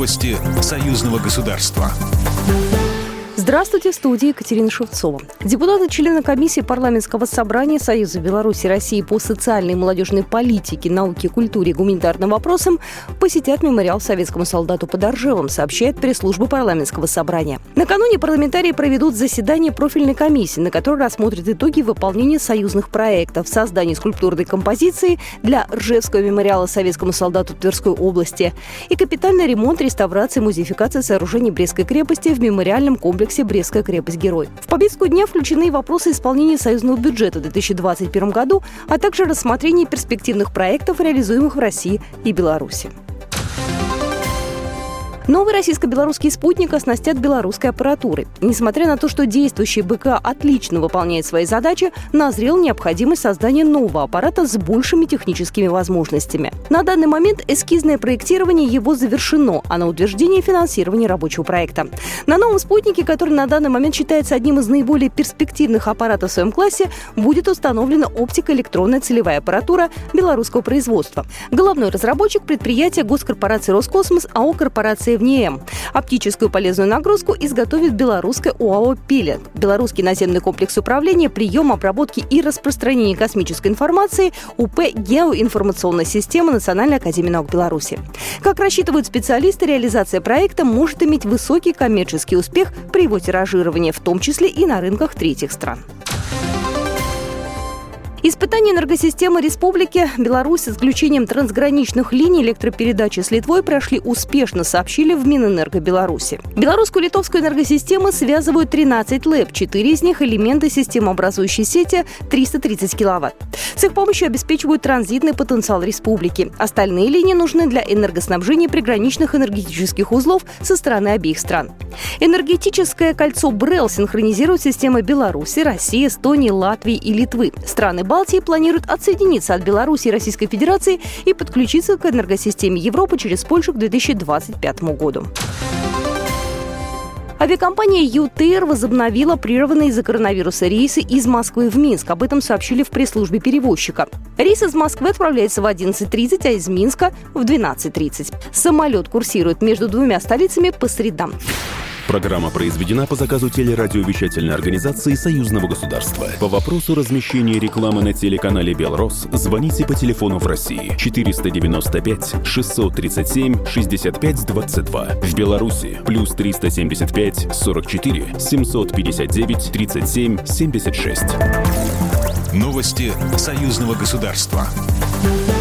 Новости союзного государства. Здравствуйте, в студии Екатерина Шевцова. Депутаты, члены комиссии Парламентского собрания Союза Беларуси и России по социальной и молодежной политике, науке, культуре и гуманитарным вопросам посетят мемориал советскому солдату под Оржевом, сообщает пресс-служба Парламентского собрания. Накануне парламентарии проведут заседание профильной комиссии, на которой рассмотрят итоги выполнения союзных проектов, создания скульптурной композиции для Ржевского мемориала советскому солдату Тверской области и капитальный ремонт, реставрация и музеификация сооружений Брестской крепости в мемориальном комплексе «Брестская крепость-герой». В повестку дня включены вопросы исполнения союзного бюджета в 2021 году, а также рассмотрение перспективных проектов, реализуемых в России и Беларуси. Новый российско-белорусский спутник оснастят белорусской аппаратурой. Несмотря на то, что действующий БК отлично выполняет свои задачи, назрела необходимость создания нового аппарата с большими техническими возможностями. На данный момент эскизное проектирование его завершено, а на утверждение финансирования рабочего проекта. На новом спутнике, который на данный момент считается одним из наиболее перспективных аппаратов в своем классе, будет установлена оптико-электронная целевая аппаратура белорусского производства. Головной разработчик – предприятие госкорпорации «Роскосмос», АО «Корпорация ВНИЭМ». Оптическую полезную нагрузку изготовит белорусская ОАО «Пелет». Белорусский наземный комплекс управления, приема, обработки и распространения космической информации УП «Геоинформационная система» Национальной академии наук Беларуси. Как рассчитывают специалисты, реализация проекта может иметь высокий коммерческий успех при его тиражировании, в том числе и на рынках третьих стран. Испытания энергосистемы Республики Беларусь с исключением трансграничных линий электропередачи с Литвой прошли успешно, сообщили в Минэнерго Беларуси. Белорусскую и литовскую энергосистемы связывают 13 ЛЭП, 4 из них – элементы системообразующей сети 330 киловатт. С их помощью обеспечивают транзитный потенциал республики. Остальные линии нужны для энергоснабжения приграничных энергетических узлов со стороны обеих стран. Энергетическое кольцо БРЭЛ синхронизирует системы Беларуси, России, Эстонии, Латвии и Литвы. Страны Балтии планируют отсоединиться от Беларуси и Российской Федерации и подключиться к энергосистеме Европы через Польшу к 2025 году. Авиакомпания ЮТР возобновила прерванные из-за коронавируса рейсы из Москвы в Минск. Об этом сообщили в пресс-службе перевозчика. Рейс из Москвы отправляется в 11:30, а из Минска в 12:30. Самолет курсирует между двумя столицами по средам. Программа произведена по заказу телерадиовещательной организации Союзного государства. По вопросу размещения рекламы на телеканале «Белрос» звоните по телефону в России 495 637 65 22. В Беларуси плюс 375 44 759 37 76. Новости союзного государства.